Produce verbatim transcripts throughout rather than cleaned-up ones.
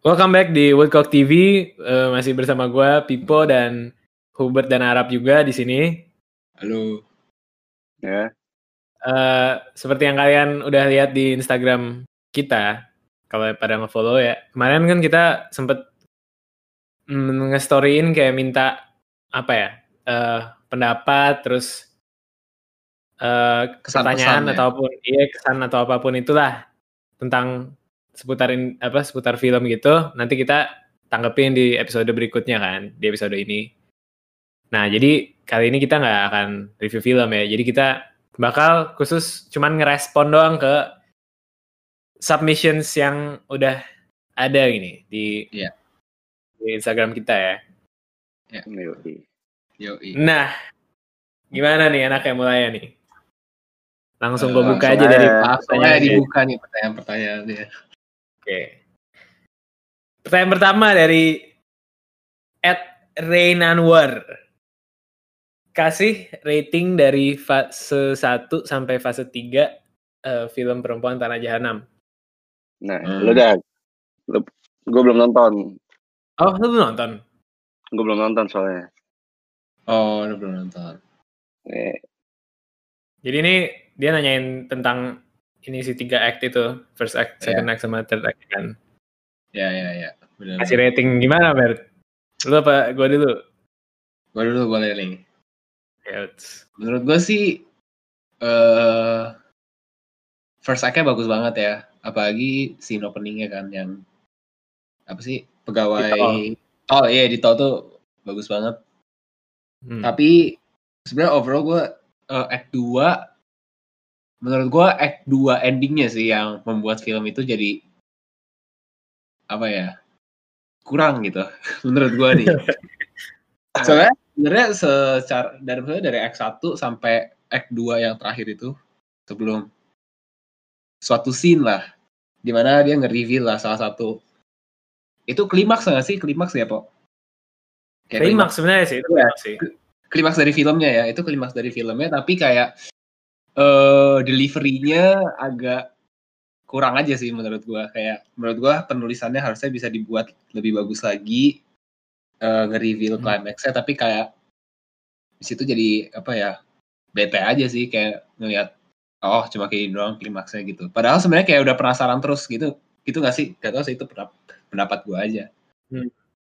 Welcome back di Woodcock T V. Uh, masih bersama gue, Pipo, dan Hubert dan Arab juga di sini. Halo. Ya. Uh, seperti yang kalian udah lihat di Instagram kita, kalau pada nge-follow ya. Kemarin kan kita sempet mm, nge-storyin kayak minta apa ya, uh, pendapat, terus uh, pertanyaan ya? ataupun iya kesan atau apapun itulah tentang seputarin apa seputar film gitu. Nanti kita tanggepin di episode berikutnya kan, di episode ini. Nah, jadi kali ini kita nggak akan review film ya. Jadi kita bakal khusus cuman ngerespon doang ke submissions yang udah ada gini di, yeah. di Instagram kita ya. Ya. Yoi. Yoi. Nah, gimana nih anaknya mulai nih? Langsung gue uh, buka aja dari pertanyaan dibuka nih pertanyaan-pertanyaannya. Oke. Pertanyaan pertama dari at Reynanwar. Kasih rating dari fase satu sampai fase tiga uh, film Perempuan Tanah Jahanam. Nah, hmm. lu dah. Gue belum nonton. Oh, lu belum nonton? Gue belum nonton soalnya. Oh, lu belum nonton. Eh. Jadi ini dia nanyain tentang ini si tiga act itu, first act, second yeah. act, sama third act kan. Ya, ya, ya. Benar. Kasih rating gimana, Bert? Lu apa? Gue dulu. Gue dulu boleh nih. Ya, menurut gue sih uh, first act-nya bagus banget ya. Apalagi scene opening-nya kan yang apa sih? Pegawai tol. Iya, di tol tuh bagus banget. Hmm. Tapi sebenarnya overall gue uh, act dua menurut gue act dua ending-nya sih yang membuat film itu jadi apa ya? Kurang gitu menurut gue nih. Soalnya sebenarnya secara dari dari act satu sampai act dua yang terakhir itu sebelum suatu scene lah dimana dia nge-reveal lah salah satu itu klimaks nggak sih klimaks ya Pok? Klimaks sebenarnya sih itu ya, sih. Klimaks dari filmnya ya itu klimaks dari filmnya tapi kayak uh, delivery-nya agak kurang aja sih menurut gua kayak menurut gua penulisannya harusnya bisa dibuat lebih bagus lagi uh, nge-reveal hmm. climax-nya tapi kayak di situ jadi apa ya bete aja sih kayak ngelihat oh cuma kayak doang klimaksnya gitu padahal sebenarnya kayak udah penasaran terus gitu gitu nggak sih gak tau sih itu pendapat gua aja. Hmm.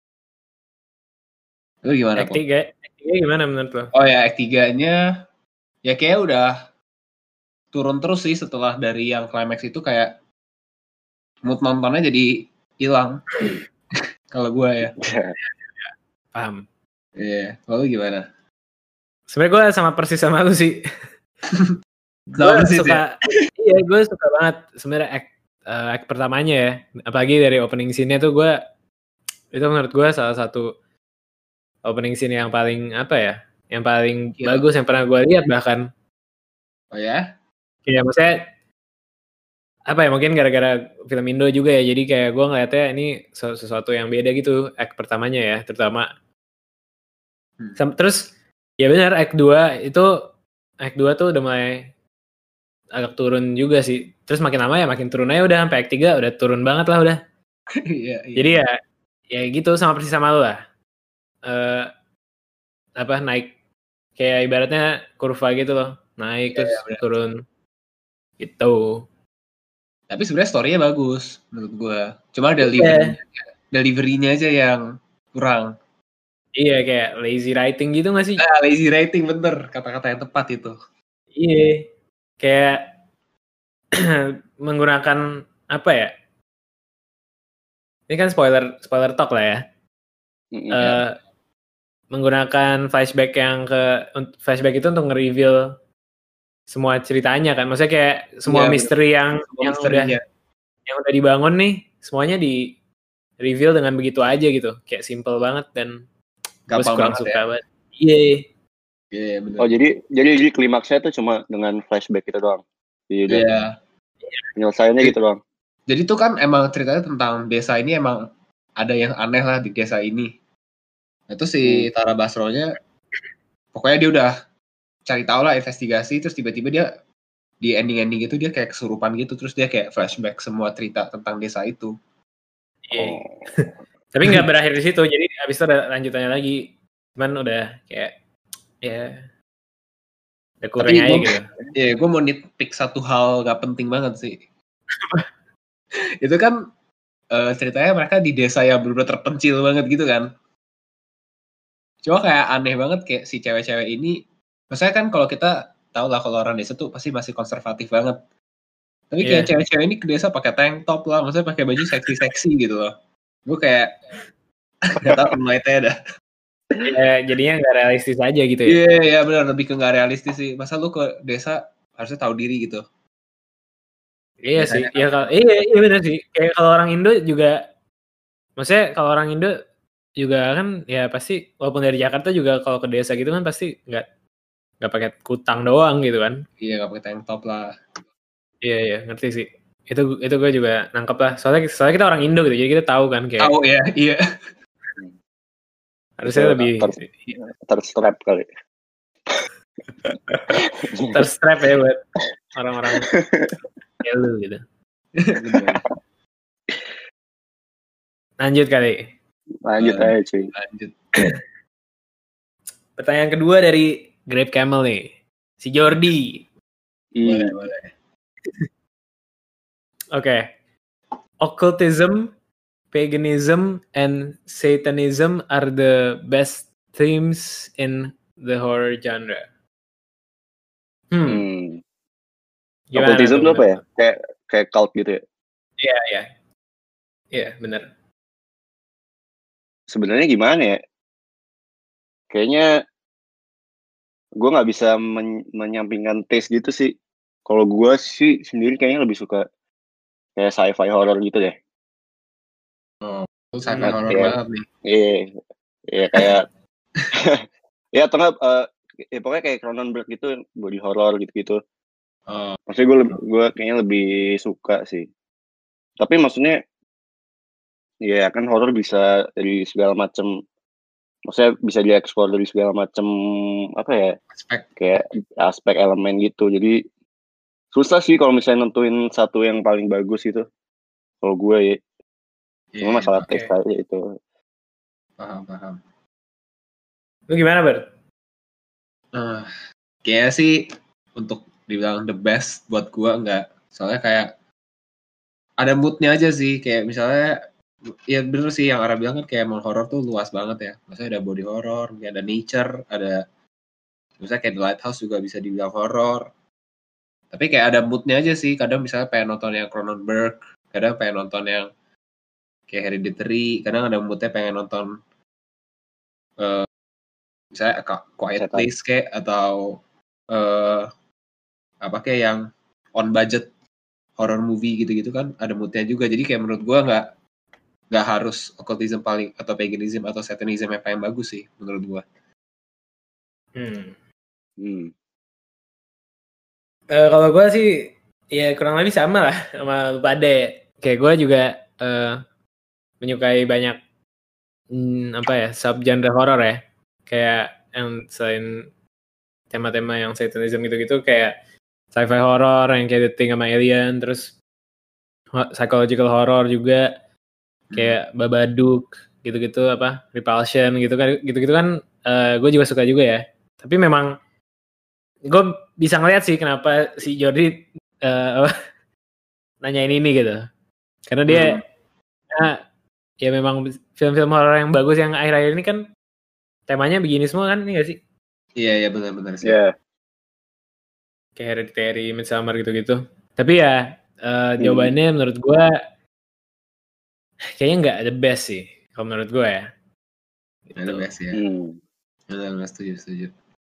Lu gimana Act tiga, Act tiga gimana menurut lo? Oh ya Act tiga-nya ya kayak udah turun terus sih setelah dari yang climax itu kayak mood nontonnya jadi hilang. Kalau gue ya. Paham. Iya, yeah. Lalu gimana? Sebenarnya gue sama persis sama lu sih. Gue suka, ya? Iya gue suka banget sebenarnya act, uh, act pertamanya ya. Apalagi dari opening scene-nya tuh gue, itu menurut gue salah satu opening scene yang paling apa ya, yang paling yeah. bagus yang pernah gue lihat bahkan. Oh ya? Iya maksudnya apa ya mungkin gara-gara film Indo juga ya jadi kayak gue ngeliatnya ini sesuatu yang beda gitu act pertamanya ya terutama hmm. terus ya benar act dua itu act dua tuh udah mulai agak turun juga sih terus makin lama ya makin turun aja udah sampai act tiga udah turun banget lah udah yeah, yeah. Jadi ya ya gitu sama persis sama lu lah uh, apa naik kayak ibaratnya kurva gitu loh naik yeah, terus yeah, turun gitu. Tapi sebenarnya story-nya bagus menurut gue. Cuma delivery yeah. delivery-nya aja yang kurang. Iya kayak lazy writing gitu nggak sih? Ah, lazy writing bener kata-kata yang tepat itu. Iya kayak menggunakan apa ya? Ini kan spoiler spoiler talk lah ya. Mm-hmm. Uh, menggunakan flashback yang ke flashback itu untuk nge-reveal semua ceritanya kan, maksudnya kayak semua ya, misteri bener. yang semua yang udah ya. yang udah dibangun nih, semuanya di reveal dengan begitu aja gitu, kayak simple banget dan gue suka suka ya. banget. Iya. Yeah. Yeah, bener. Oh jadi jadi jadi klimaksnya itu cuma dengan flashback itu doang. Iya. Yeah. Penyelesaiannya gitu doang. Jadi tuh kan emang ceritanya tentang desa ini emang ada yang aneh lah di desa ini. Itu si hmm. Tara Basro-nya, pokoknya dia udah cari tahu lah investigasi terus tiba-tiba dia di ending-ending itu dia kayak kesurupan gitu terus dia kayak flashback semua cerita tentang desa itu. Iya. Oh. Tapi nggak berakhir di situ, jadi abis itu ada lanjutannya lagi. Cuman udah kayak ya udah kurang aja gitu. Iya, gue mau nitpick satu hal gak penting banget sih. Itu kan uh, ceritanya mereka di desa yang benar-benar terpencil banget gitu kan. Cuma kayak aneh banget kayak si cewek-cewek ini. Maksudnya kan kalau kita tahu lah kalau orang desa tuh pasti masih konservatif banget. Tapi kayak yeah. cewek-cewek ini ke desa pakai tank top lah, maksudnya pakai baju seksi-seksi gitu loh. Gue kayak nggak tahu mulainya dah. Ya jadinya nggak realistis aja gitu ya. Iya yeah, iya yeah, benar, lebih ke nggak realistis sih. Masa lu ke desa harusnya tahu diri gitu. Iya sih, iya kalau iya iya benar sih. Kayak kalau orang Indo juga, maksudnya kalau orang Indo juga kan ya pasti walaupun dari Jakarta juga kalau ke desa gitu kan pasti nggak nggak pakai kutang doang gitu kan. Iya nggak pakai tank top lah. Iya iya ngerti sih. Itu itu gue juga nangkep lah. Soalnya soalnya kita orang Indo gitu, jadi kita tahu kan kayak. Tahu ya, iya. Harusnya Bisa lebih ter, terstrap kali. Terstrap ya buat orang-orang lu gitu. Lanjut kali. Lanjut uh, aja cuy. Lanjut. Pertanyaan kedua dari Grape Camel nih. Si Jordi. Boleh, hmm. boleh. Oke. Okay. Occultism, paganism, and Satanism are the best themes in the horror genre. Hmm. hmm. Occultism itu apa ya? Kayak kayak cult gitu ya? Iya, iya. Iya, benar. Sebenarnya gimana ya? Kayaknya gue nggak bisa men- menyampingkan taste gitu sih. Kalau gue sih sendiri kayaknya lebih suka kayak sci-fi horror gitu deh. Oh, sci-fi horror ya, banget nih. Iya, iya kayak ya tengah uh, ya pokoknya kayak Cronenberg gitu, body horror gitu-gitu. Oh. Maksudnya gue gue kayaknya lebih suka sih. Tapi maksudnya ya kan horror bisa dari segala macam. Maksudnya bisa dieksplor dari segala macam apa ya? Aspek. Kayak aspek elemen gitu. Jadi susah sih kalau misalnya nentuin satu yang paling bagus gitu. Kalau gue ya. Cuma yeah, masalah okay. Taste aja itu. Paham, paham. Lu gimana, Ber? Uh, kayaknya sih untuk dibilang the best buat gue enggak. Soalnya kayak ada moodnya aja sih. Kayak misalnya, ya bener sih yang Ara bilang kan kayak emang horror tuh luas banget ya. Maksudnya ada body horror, ada nature, ada misalnya kayak The Lighthouse juga bisa dibilang horror. Tapi kayak ada moodnya aja sih. Kadang misalnya pengen nonton yang Cronenberg, kadang pengen nonton yang kayak Hereditary, kadang ada moodnya pengen nonton uh, misalnya Quiet Setan. Place kayak atau uh, apa kayak yang on budget horror movie gitu-gitu kan ada moodnya juga. Jadi kayak menurut gue nggak nggak harus occultism paling atau paganism atau satanism yang paling bagus sih menurut gue. Hmm. Hmm. Uh, kalau gue sih ya kurang lebih sama lah sama Bade. Kayak gue juga uh, menyukai banyak hmm, apa ya subgenre horror ya. Kayak yang selain tema-tema yang satanism gitu-gitu kayak sci-fi horror yang kayak The Thing sama Alien, terus psychological horror juga kayak Babadook gitu-gitu apa Repulsion gitu kan gitu-gitu kan uh, gue juga suka juga ya. Tapi memang gue bisa ngeliat sih kenapa si Jordi uh, nanyain ini gitu. Karena dia hmm. nah, ya memang film-film horor yang bagus yang akhir-akhir ini kan temanya begini semua kan, ini gak sih? Iya, iya benar-benar sih. Yeah. Kayak Hereditary, Midsommar gitu-gitu. Tapi ya uh, hmm. jawabannya menurut gue kayaknya nggak the best sih, kalau menurut gue ya. Gitu. The best ya. Hmm. Benar-benar setuju, setuju.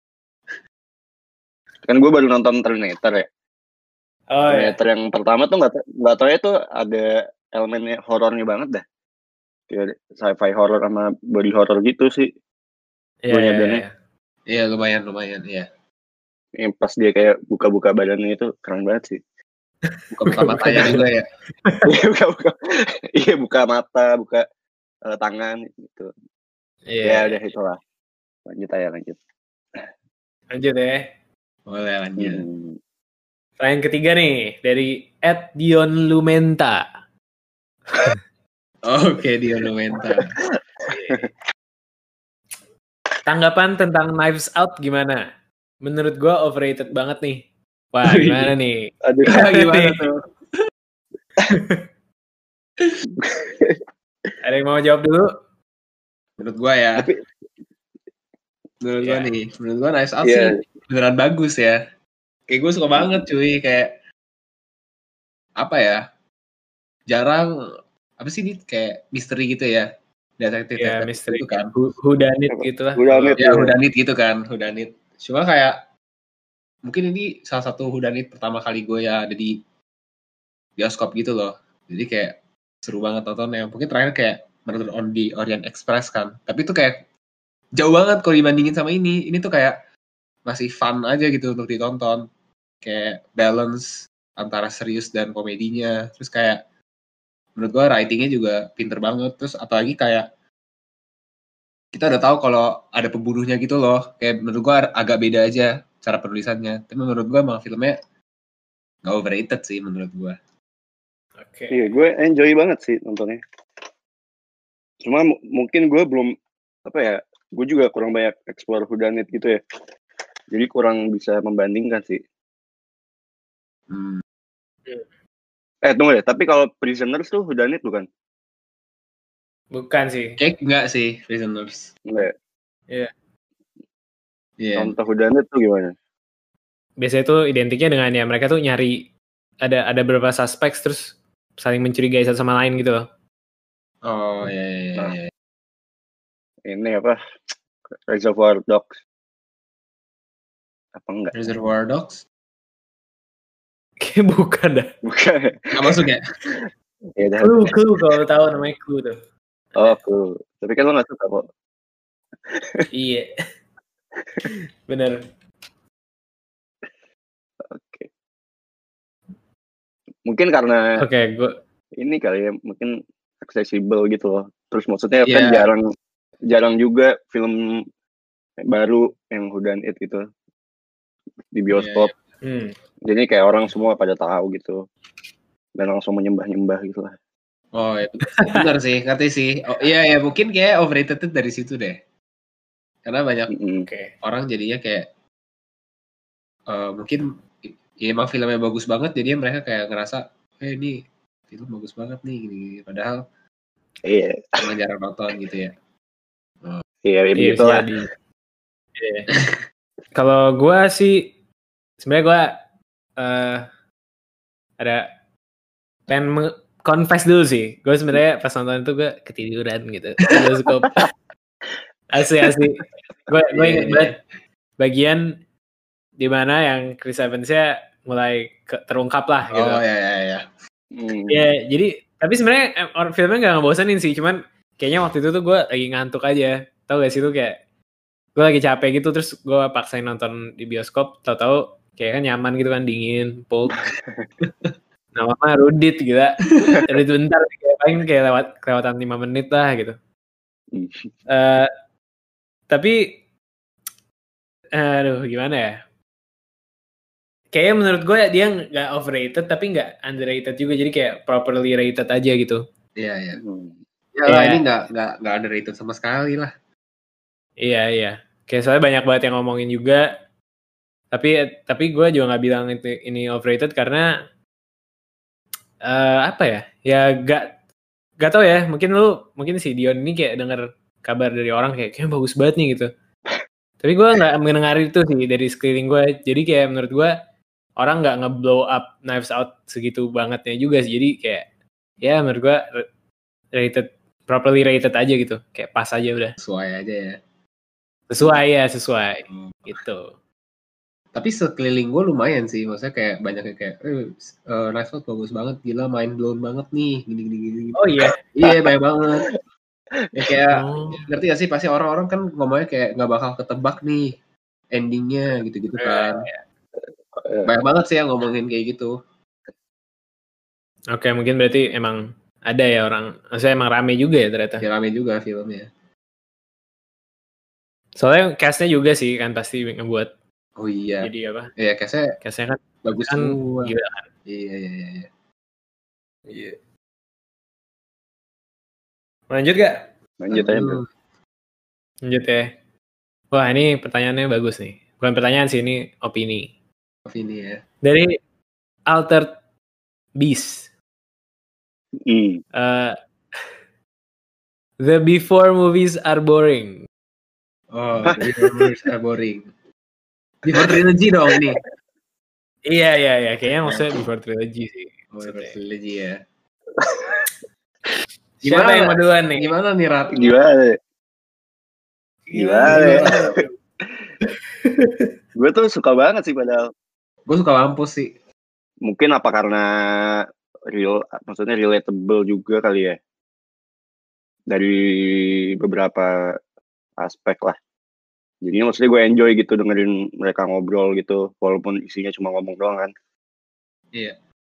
Kan gue baru nonton Terminator ya. Oh, Terminator ya. yang pertama tuh nggak nggak tahu ya tuh ada elemennya horornya banget dah. Kayak sci-fi horror sama body horror gitu sih. Iya, iya, iya. Iya, lumayan, lumayan, iya. Yang pas dia kayak buka-buka badannya itu keren banget sih. Buka-buka matanya juga ya. Iya, buka-buka. Iya, buka mata, buka uh, tangan gitu. Iya, ya, udah itulah. Lanjut aja, lanjut. Lanjut ya. Boleh lanjut. Hmm. Pertanyaan ketiga nih dari at Dion Lumenta. Oke, okay, Dion Lumenta. Tanggapan tentang Knives Out gimana? Menurut gue overrated banget nih. Wah, gimana nih? Aduh, gimana tuh? Ada yang mau jawab dulu? Menurut gue ya. Tapi, menurut yeah. gue nih, menurut gue Knives Out yeah. sih beneran bagus ya. Kayak gue suka banget cuy, kayak apa ya? Jarang apa sih ini kayak misteri gitu ya. Detektif ya, misteri gitu kan. Who done it gitu lah. Whodunit, ya, whodunit gitu kan, whodunit. Cuma kayak mungkin ini salah satu whodunit pertama kali gue ya ada di bioskop gitu loh. Jadi kayak seru banget nontonnya. Mungkin terakhir kayak nonton on di Orient Express kan. Tapi itu kayak jauh banget kalau dibandingin sama ini. Ini tuh kayak masih fun aja gitu untuk ditonton. Kayak balance antara serius dan komedinya. Terus kayak menurut gue writingnya juga pinter banget. Terus apalagi kayak kita udah tahu kalau ada pembunuhnya gitu loh. Kayak menurut gue agak beda aja cara penulisannya. Tapi menurut gue emang filmnya gak overrated sih menurut gue. Oke. Okay. Iya, gue enjoy banget sih nontonnya. Cuma m- mungkin gue belum apa ya, gue juga kurang banyak explore whodunit gitu ya. Jadi kurang bisa membandingkan sih. Hmm. Eh tunggu ya, tapi kalau Prisoners tuh whodunit bukan? Bukan sih. Kayak enggak sih Prisoners. Enggak. Iya. Yeah. Yeah. Contoh whodunit tuh gimana? Biasanya tuh identiknya dengan ya mereka tuh nyari ada ada beberapa suspek terus saling mencurigai satu sama lain gitu loh. Oh iya iya iya. Nah, ini apa? Reservoir Dogs. Apa enggak? Reservoir Dogs? Kayak bukan dah. Bukan. Enggak masuk ya? Ya dah. Clue, Clue kalau tahu namanya Clue tuh. Oh, Clue. Tapi kan lo nggak suka kok. Iya. Bener. Oke. Mungkin karena Oke, okay, gue ini kali ya, mungkin accessible gitu loh. Terus maksudnya yeah. kan jarang jarang juga film baru yang whodunit gitu di bioskop. Yeah, yeah. Hmm. Jadi kayak orang semua pada tahu gitu. Dan langsung menyembah-nyembah gitu lah. Oh ya benar sih, ngerti sih. Oh iya ya mungkin kayak overrated dari situ deh. Karena banyak mm-hmm. okay, orang jadinya kayak uh, mungkin ya emang filmnya bagus banget, jadinya mereka kayak ngerasa, eh ini film bagus banget nih, gini, padahal iya yeah. emang jarang nonton gitu ya. Oh. Iya, yeah, begitu lah. Yeah. Kalau gue sih, sebenarnya gue uh, ada pengen confess dulu sih. Gue sebenarnya pas nonton itu gue ketiduran gitu. Bioskop. asli asli. Gue gue inget banget bagian di mana yang Chris Evans-nya mulai ke, terungkap lah gitu. Oh ya ya ya. Hmm. Ya jadi tapi sebenarnya orang filmnya nggak ngebosanin sih, cuman kayaknya waktu itu tuh gue lagi ngantuk aja. Tau gak sih tuh kayak gue lagi capek gitu terus gue paksain nonton di bioskop, tahu-tahu kayak kan nyaman gitu kan, dingin, cold. Nama Rudit gitu. Rudit bentar kayak paling kayak lewat kelewatan lima menit lah gitu. Uh, tapi aduh gimana ya? Kayaknya menurut gue dia nggak overrated tapi nggak underrated juga, jadi kayak properly rated aja gitu. Iya iya. Hmm. Ya lah, ini nggak nggak nggak underrated sama sekali lah. Iya iya. Kayak soalnya banyak banget yang ngomongin juga. Tapi tapi gue juga nggak bilang itu, ini overrated karena uh, apa ya? Ya gak gak tau ya. Mungkin lu mungkin si Dion ini kayak denger kabar dari orang kayak kayaknya bagus banget nih gitu. Tapi gue nggak mendengar itu sih dari sekeliling gue. Jadi kayak menurut gue orang nggak nge-blow up Knives Out segitu bangetnya juga sih. Jadi kayak ya menurut gue rated properly rated aja gitu. Kayak pas aja udah. Sesuai aja ya. Sesuai ya sesuai hmm. gitu. Tapi sekeliling gue lumayan sih, maksudnya kayak banyak kayak eh uh, Knives Out bagus banget, gila mind blown banget nih, gini gini gini. Oh iya, iya banyak banget. Ya kayak oh. ngerti gak sih pasti orang-orang kan ngomongnya kayak nggak bakal ketebak nih endingnya gitu-gitu kan. Yeah, yeah. Banyak banget sih yang ngomongin kayak gitu. Oke, mungkin berarti emang ada ya orang, maksudnya emang rame juga ya ternyata. Ya rame juga filmnya. Soalnya cast-nya juga sih kan pasti ngebuat. Oh iya. Jadi apa? Iya, cast-nya, cast-nya kan bagus kan semua. Gila kan. Iya, iya, iya, iya. Iya. Lanjut gak? Lanjut aja bro. Lanjut ya. Wah ini pertanyaannya bagus nih. Bukan pertanyaan sih, ini opini. Opini ya. Dari Altered Beast. Hmm. Uh, the before movies are boring. Oh, the before movies are boring. Before trilogy dong ini. Iya iya iya, kayaknya maksudnya before trilogy sih. Oh, before trilogy ya. Siapa yang mau duluan nih? Gimana nih Rat? Gimana? Gimana? Gimana? Gue tuh suka banget sih padahal. Gue suka Mampus sih. Mungkin apa karena real, maksudnya relatable juga kali ya. Dari beberapa aspek lah. Jadi maksudnya gue enjoy gitu dengerin mereka ngobrol gitu, walaupun isinya cuma ngomong doang kan. Iya.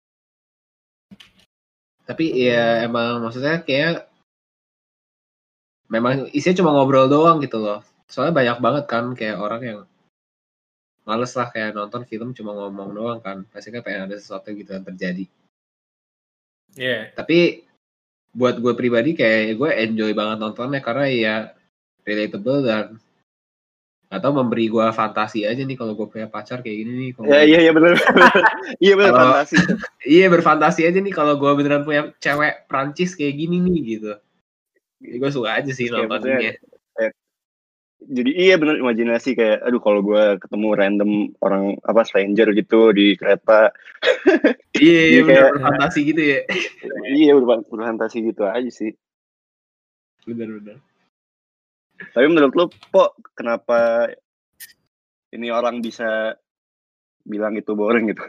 Tapi ya emang maksudnya kayak memang isinya cuma ngobrol doang gitu loh. Soalnya banyak banget kan kayak orang yang males lah kayak nonton film cuma ngomong doang kan. Pasti kan pengen ada sesuatu gitu yang terjadi. Iya. Yeah. Tapi buat gue pribadi kayak gue enjoy banget nontonnya karena ya relatable dan atau memberi gue fantasi aja nih kalau gue punya pacar kayak gini nih. Iya iya iya benar. Iya benar fantasi. Iya berfantasi aja nih kalau gue beneran punya cewek Prancis kayak gini nih gitu. Jadi gue suka aja sih nontonnya. Jadi iya benar imajinasi kayak aduh kalau gue ketemu random orang apa stranger gitu di kereta. Iya iya benar berfantasi gitu ya. Iya berfantasi gitu aja sih. Benar-benar. Tapi menurut lu, Po, kenapa ini orang bisa bilang itu boring gitu?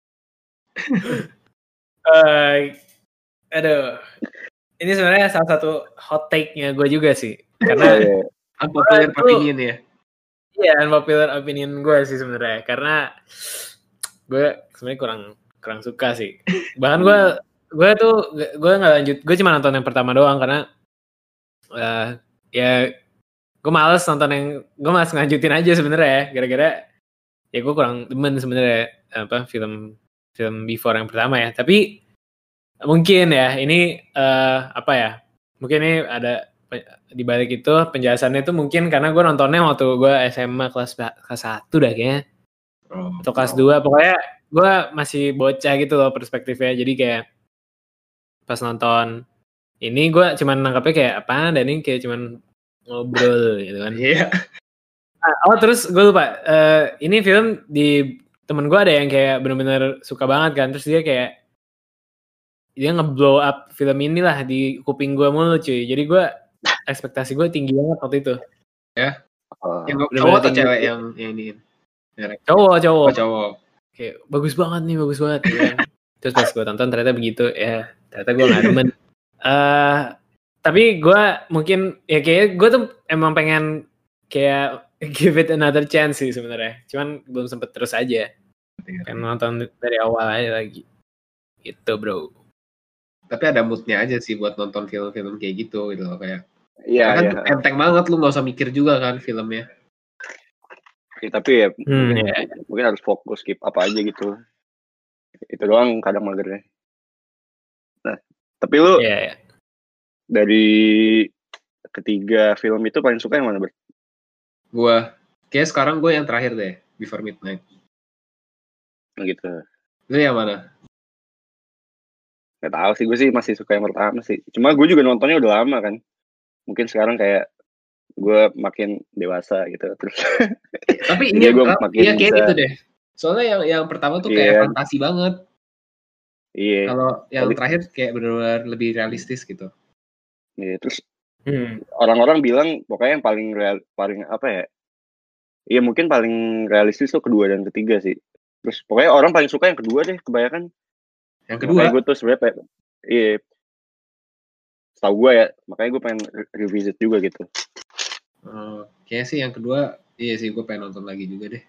uh, aduh, ini sebenarnya salah satu hot take-nya gue juga sih, karena yeah. unpopular opinion ya. Iya, unpopular opinion gue sih sebenarnya, karena gue sebenarnya kurang kurang suka sih. Bahkan gue gue tuh gue nggak lanjut, gue cuma nonton yang pertama doang karena uh, ya gue males nonton yang gue males ngelanjutin aja sebenarnya, gara-gara ya gue kurang demen sebenarnya apa film film before yang pertama ya. Tapi mungkin ya ini uh, apa ya? Mungkin ini ada di balik itu penjelasannya itu mungkin karena gue nontonnya waktu gue S M A kelas kelas satu dah kayaknya. Oh, atau kelas oh. dua, pokoknya gue masih bocah gitu loh perspektifnya. Jadi kayak pas nonton ini gue cuman nangkapnya kayak apaan, dan ini kayak cuman ngobrol gitu kan. Iya. Yeah. Oh terus gue lupa, uh, ini film di temen gue ada yang kayak bener-bener suka banget kan, terus dia kayak dia nge-blow up film ini lah di kuping gue mulu cuy. Jadi gue ekspektasi gue tinggi banget waktu itu. Ya. Uh, yang cowok atau cewek yang yang ini? Cowok, cowok. Oh, cowok. Kayak bagus banget nih, bagus banget. Ya. Terus pas gue tonton ternyata begitu, ya ternyata gue nggak demen. Uh, tapi gue mungkin ya kayak gue tuh emang pengen kayak give it another chance sih sebenarnya. Cuman belum sempet terus aja. Pengen nonton dari awal aja lagi. Gitu bro. Tapi ada moodnya aja sih buat nonton film-film kayak gitu gitu loh kayak. Iya. Kan ya. enteng banget, lu nggak usah mikir juga kan filmnya. Ya, tapi ya hmm, mungkin, ya. mungkin harus fokus skip apa aja gitu. Itu doang kadang magernya. Nah, tapi lu ya, ya. dari ketiga film itu paling suka yang mana, Ber? Gua kayak sekarang gue yang terakhir deh, Before Midnight. Gitu. Lu yang mana? Gak tahu sih, gue sih masih suka yang pertama sih. Cuma gue juga nontonnya udah lama kan. Mungkin sekarang kayak gue makin dewasa gitu terus. Tapi iya, gue iya kayak bisa, gitu deh. Soalnya yang yang pertama tuh kayak yeah. fantasi banget. Iya. Yeah. Kalau yang Kali, terakhir kayak benar-benar lebih realistis gitu. Iya, yeah, terus hmm. orang-orang bilang pokoknya yang paling real, paling apa ya? Iya mungkin paling realistis tuh kedua dan ketiga sih. Terus pokoknya orang paling suka yang kedua deh kebanyakan. Yang kedua. Makanya gue tuh sebenarnya iya. Tahu gue ya, makanya gue pengen revisit juga gitu. Uh, kayaknya sih yang kedua, iya sih gue pengen nonton lagi juga deh.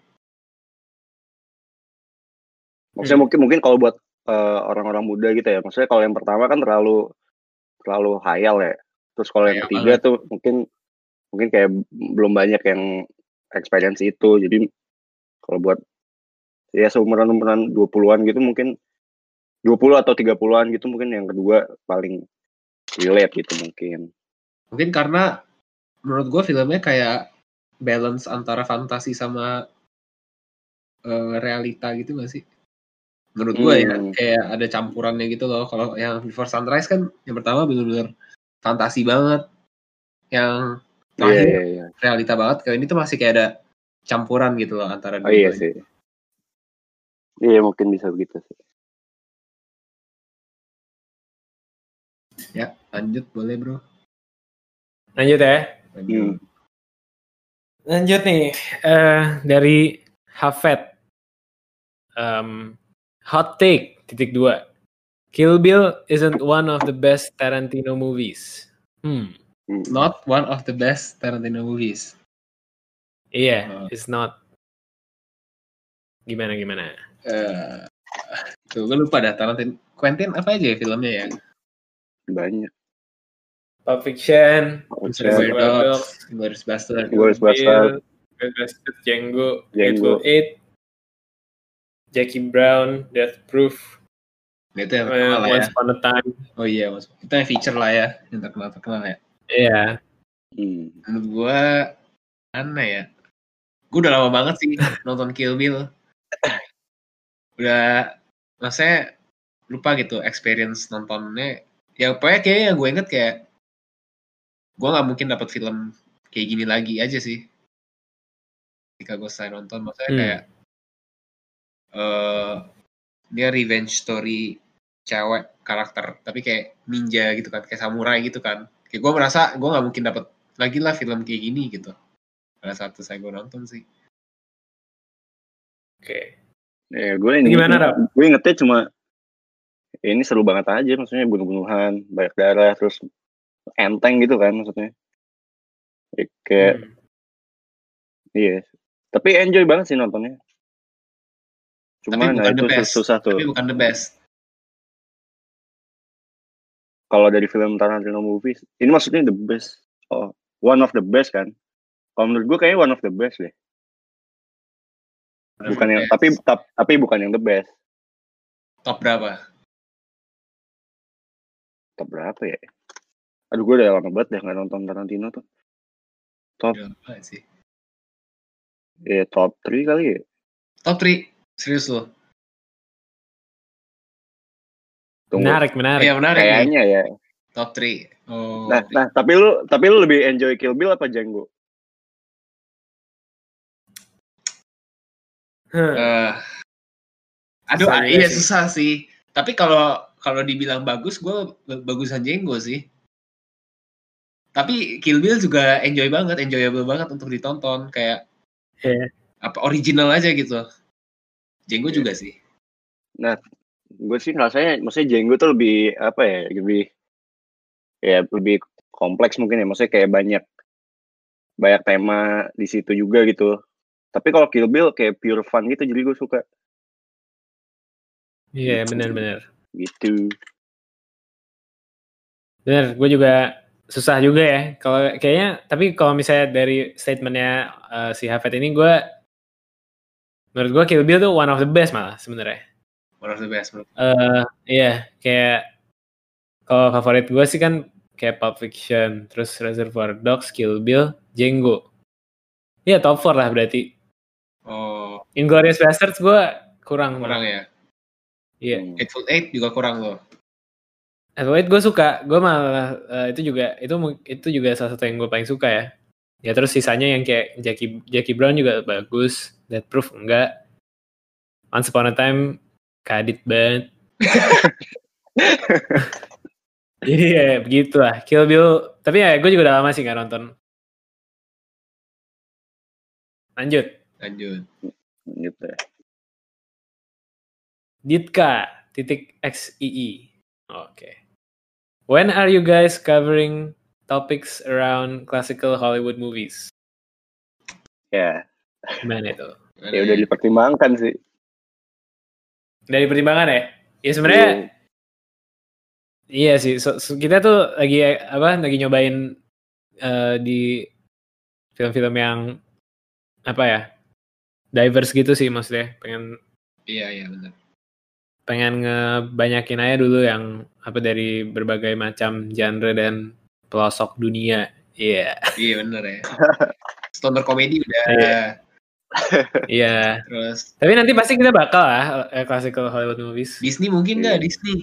Maksudnya hmm. mungkin mungkin kalau buat uh, orang-orang muda gitu ya, maksudnya kalau yang pertama kan terlalu terlalu hayal ya. Terus kalau yang ketiga banget. Tuh mungkin mungkin kayak belum banyak yang experience itu. Jadi kalau buat ya seumuran-umuran dua puluhan gitu mungkin dua puluh atau tiga puluhan gitu mungkin yang kedua paling relate gitu mungkin. Mungkin karena menurut gue filmnya kayak balance antara fantasi sama uh, realita gitu gak sih? Menurut gue hmm. ya kayak ada campurannya gitu loh. Kalau yang Before Sunrise kan yang pertama benar-benar fantasi banget, yang terakhir yeah, yeah, yeah. realita banget. Kalau ini tuh masih kayak ada campuran gitu loh antara dua. Oh iya sih. Iya mungkin bisa begitu sih. Ya lanjut boleh bro. Lanjut ya. Lanjut. Hmm. Lanjut nih uh, dari Hafed. Um, hot take titik dua. Kill Bill isn't one of the best Tarantino movies. Hmm. Not one of the best Tarantino movies. Iya, yeah, uh. it's not. Gimana gimana? Uh, tuh gue lupa dah Tarantino. Quentin apa aja ya filmnya ya? Banyak. Pulp Fiction, Reservoir Dogs, Inglourious Basterds, Inglourious Basterds, Django, Hateful Eight, Jackie Brown, Death Proof. Itu yang uh, terkenal Once ya. Upon a Time. Oh iya, itu yang feature lah ya, yang terkenal terkenal ya. Iya. Hmm. Menurut gue, aneh ya. Gue udah lama banget sih nonton Kill Bill. Udah, maksudnya lupa gitu experience nontonnya. Ya pokoknya kayak yang gue inget kayak gue nggak mungkin dapat film kayak gini lagi aja sih. Ketika gue selesai nonton, maksudnya hmm. kayak uh, dia revenge story cewek karakter, tapi kayak ninja gitu kan, kayak samurai gitu kan. Kayak gue merasa gue nggak mungkin dapat lagi lah film kayak gini gitu. Pada saat saya gue nonton sih. Oke. Okay. Ya gue ini gimana Rap? Gue ingetnya cuma ini seru banget aja, maksudnya bunuh-bunuhan, banyak darah, terus enteng gitu kan maksudnya. Kayak hmm. iya. Tapi enjoy banget sih nontonnya. Cuma nah itu best. susah tuh. Tapi bukan the best. Kalau dari film Tarantino movies, ini maksudnya the best. Oh, one of the best kan? Kalau menurut gue kayaknya one of the best deh. One bukan yang, best. tapi tap, tapi bukan yang the best. Top berapa? Top berapa ya? Aduh, gue udah lama banget deh nggak nonton Tarantino tuh. Top. Ya, apa sih? Ya, top tiga kali ya. Top tiga? Serius lo? Tunggu. Menarik, menarik. Iya, menarik. Kayaknya ya. Top tiga. Oh. Nah, nah, tapi lu tapi lu lebih enjoy Kill Bill apa Django? Hmm. Uh, aduh, susah iya sih. susah sih. Tapi kalau kalau dibilang bagus, gue bagusan Django sih. Tapi Kill Bill juga enjoy banget, enjoyable banget untuk ditonton, kayak yeah. apa original aja gitu. Django yeah. juga sih. Nah, gue sih rasanya, maksudnya Django tuh lebih apa ya, lebih ya lebih kompleks mungkin ya, maksudnya kayak banyak banyak tema di situ juga gitu. Tapi kalau Kill Bill kayak pure fun gitu, jadi gue suka. Iya, yeah, benar-benar. Gitu. Benar, gue juga susah juga ya. Kalau kayaknya, tapi kalau misalnya dari statementnya uh, si Hafed ini, gue menurut gue Kill Bill tuh one of the best malah sebenarnya. One of the best. Bro. Uh, iya, kayak kalau favorit gue sih kan kayak Pulp Fiction, terus Reservoir Dogs, Kill Bill, Django. Iya, top four lah berarti. Oh. Inglourious Basterds gue kurang. Kurang ya? Iya. Yeah. Hateful Eight juga kurang loh. Hateful Eight gue suka. Gue malah uh, itu juga itu itu juga salah satu yang gue paling suka ya. Ya terus sisanya yang kayak Jackie Jackie Brown juga bagus. Death Proof enggak. Once Upon a Time kadit banget. Jadi ya begitu lah. Kill Bill. Tapi ya gue juga udah lama sih gak nonton. Lanjut. Lanjut. Lanjut ya. Ditka titik xii. Oke. Okay. When are you guys covering topics around classical Hollywood movies? Ya. Gimana itu? Ya udah dipertimbangkan sih. Dari pertimbangan ya? Ya sebenarnya yeah. Iya sih. So, so kita tuh lagi apa? Lagi nyobain uh, di film-film yang apa ya? Diverse gitu sih maksudnya. Pengen. Iya iya benar. Pengen ngebanyakin aja dulu yang apa dari berbagai macam genre dan pelosok dunia. Iya. Yeah. Iya bener ya. Stoner komedi udah. Iya. Yeah. Yeah. Terus. Tapi nanti pasti kita bakal lah eh, classical Hollywood movies. Disney mungkin nggak yeah. Disney?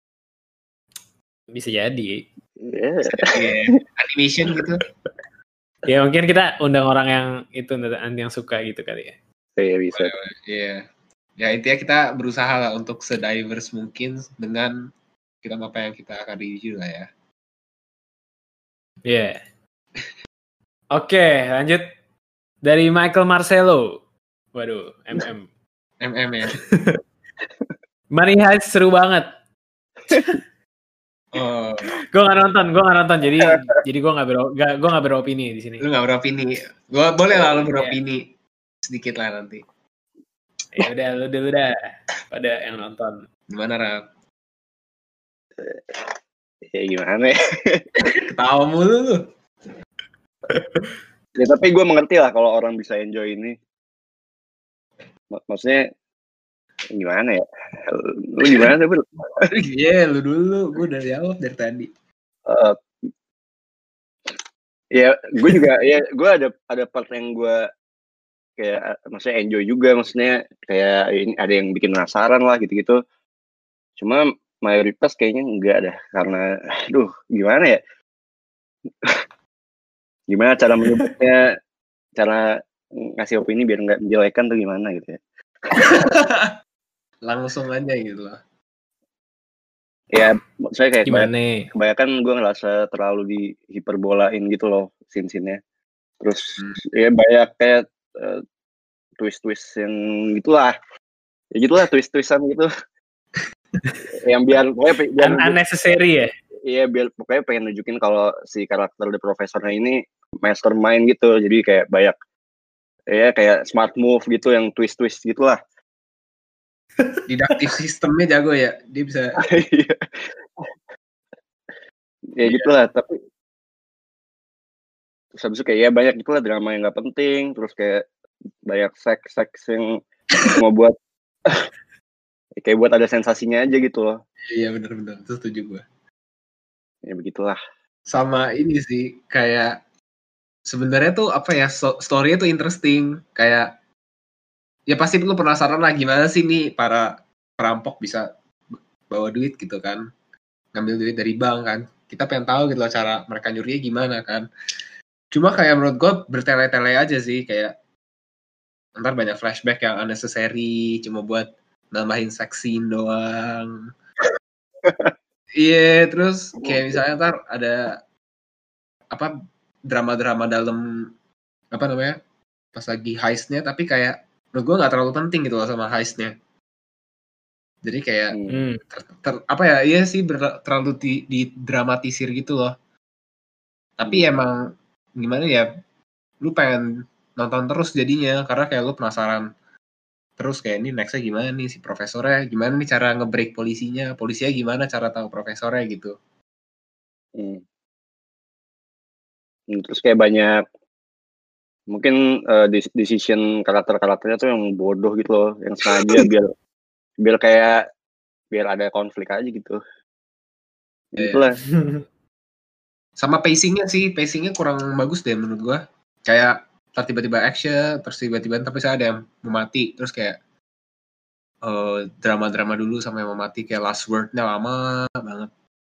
Bisa jadi. Yeah. Yeah. Animation gitu. Ya mungkin kita undang orang yang itu yang suka gitu kali ya. Iya bisa. Iya. Yeah. Ya intinya kita berusaha lah untuk se-diverse mungkin dengan film apa yang kita akan review lah ya. Iya. Yeah. Oke, okay, lanjut dari Michael Marcelo. Waduh, M M. M M ya. Money Heist seru banget. Oh. Gue nggak nonton, gue nggak nonton, jadi jadi gue nggak ber, gue nggak beropini di sini. Lu nggak beropini, gue boleh lah lu beropini yeah. sedikit lah nanti. Ya udah, lu dulu dah pada yang nonton. Gimana Rap? Ya gimana ya? Ketawa mulu lu. Ya tapi gue mengerti lah kalau orang bisa enjoy ini. Maksudnya gimana ya? Lu gimana sih, Bro? Iya, lu dulu. Gue udah jawab dari tadi. Uh, ya, gue juga ya gue ada ada part yang gue kayak maksudnya enjoy juga, maksudnya kayak ini ada yang bikin penasaran lah gitu-gitu. Cuma mayoritas kayaknya enggak dah, karena aduh gimana ya? Gimana cara menyebutnya, cara ngasih opini biar nggak menjelekan tuh gimana gitu ya? Langsung aja gitu lah. Ya, saya kayak gimana? Kebanyakan gue ngerasa terlalu dihiperbolain gitu loh scene-scene-nya. Terus hmm. ya banyak kayak uh, twist-twist yang gitulah. Ya gitulah twist-twistan gitu. Yang biar pokoknya biar unnecessary ya. Iya, biar pokoknya pengen nunjukin kalau si karakter The Professornya ini mastermind gitu. Jadi kayak banyak ya kayak smart move gitu yang twist-twist gitulah. Didaktif sistemnya jago ya, dia bisa. Ya gitulah, tapi terus habis itu kayak ya banyak gitulah drama yang nggak penting, terus kayak banyak seks-seks yang mau buat kayak buat ada sensasinya aja gitu loh. Iya benar-benar, itu setuju gue. Ya begitulah. Sama ini sih kayak sebenarnya tuh apa ya, story-nya tuh interesting, kayak ya pasti lu penasaran lah gimana sih nih para perampok bisa bawa duit gitu kan, ngambil duit dari bank kan, kita pengen tahu gitu loh cara mereka nyurinya gimana kan. Cuma kayak menurut gue bertele-tele aja sih, kayak ntar banyak flashback yang unnecessary cuma buat nambahin sex scene doang. Iya, yeah, terus kayak misalnya ntar ada apa drama-drama dalam apa namanya pas lagi heistnya, tapi kayak menurut gue nggak terlalu penting gitu loh sama heistnya. Jadi kayak hmm. ter, ter, apa ya, iya sih ber, terlalu di, didramatisir gitu loh. Tapi hmm. emang gimana ya, lu pengen nonton terus jadinya, karena kayak lu penasaran terus kayak ini nextnya gimana nih si profesornya, gimana nih cara nge-break polisinya, polisinya gimana cara tahu profesornya gitu. Hmm. Terus kayak banyak mungkin uh, decision karakter-karakternya tuh yang bodoh gitu loh, yang sengaja biar biar kayak biar ada konflik aja gitu. Itulah. Sama pacingnya sih, pacingnya kurang bagus deh menurut gua. Kayak tiba-tiba action, terus tiba-tiba tapi saya ada yang mau mati, terus kayak uh, drama-drama dulu sampai mau mati, kayak last word-nya lama banget.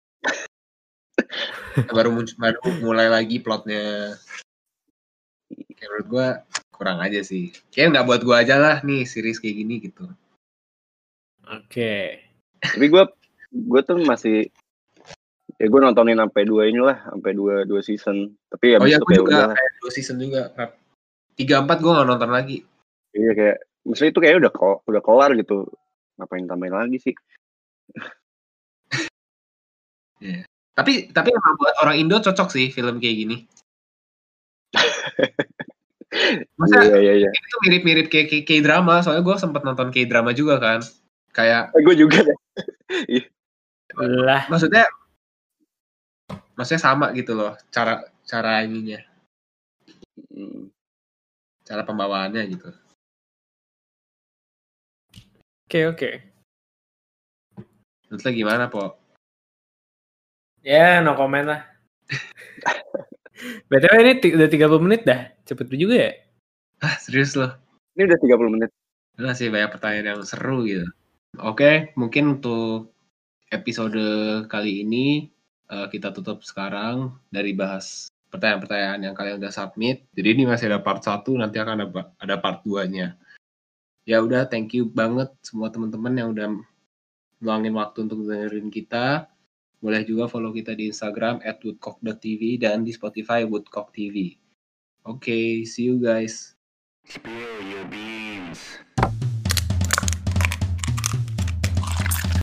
baru muncul, baru mulai lagi plotnya. Kayak menurut gue kurang aja sih. Kayaknya nggak buat gue aja lah nih series kayak gini gitu. Oke. Okay. Tapi gue gue tuh masih ya gue nontonin sampai dua inilah, sampai dua dua season. Tapi oh ya gue juga kayak dua season juga. Tiga empat gue nggak nonton lagi. Iya kayak, maksudnya itu kayak udah udah kelar gitu. Ngapain tambahin lagi sih? yeah. Tapi tapi emang buat orang Indo cocok sih film kayak gini. Masa iya, iya, iya. itu mirip-mirip kayak K-drama, soalnya gue sempat nonton K-drama juga kan. Kayak eh, gue juga deh. lah. Maksudnya maksudnya sama gitu loh cara cara ininya. Hmm. Cara pembawaannya gitu. Oke, okay, oke. Okay. Menurut lo gimana, Po? Ya, yeah, no comment lah. B T W ini t- udah tiga puluh menit dah. Cepet juga ya? Ah, serius loh. Ini udah tiga puluh menit. Udah sih banyak pertanyaan yang seru gitu. Oke, mungkin untuk episode kali ini uh, kita tutup sekarang dari bahas pertanyaan-pertanyaan yang kalian udah submit. Jadi ini masih ada part satu, nanti akan ada, ada part dua-nya. Ya udah, thank you banget semua teman-teman yang udah meluangin waktu untuk dengerin kita. Boleh juga follow kita di Instagram at woodcock dot t v dan di Spotify Woodcock T V. Oke, okay, see you guys. Spill your beans.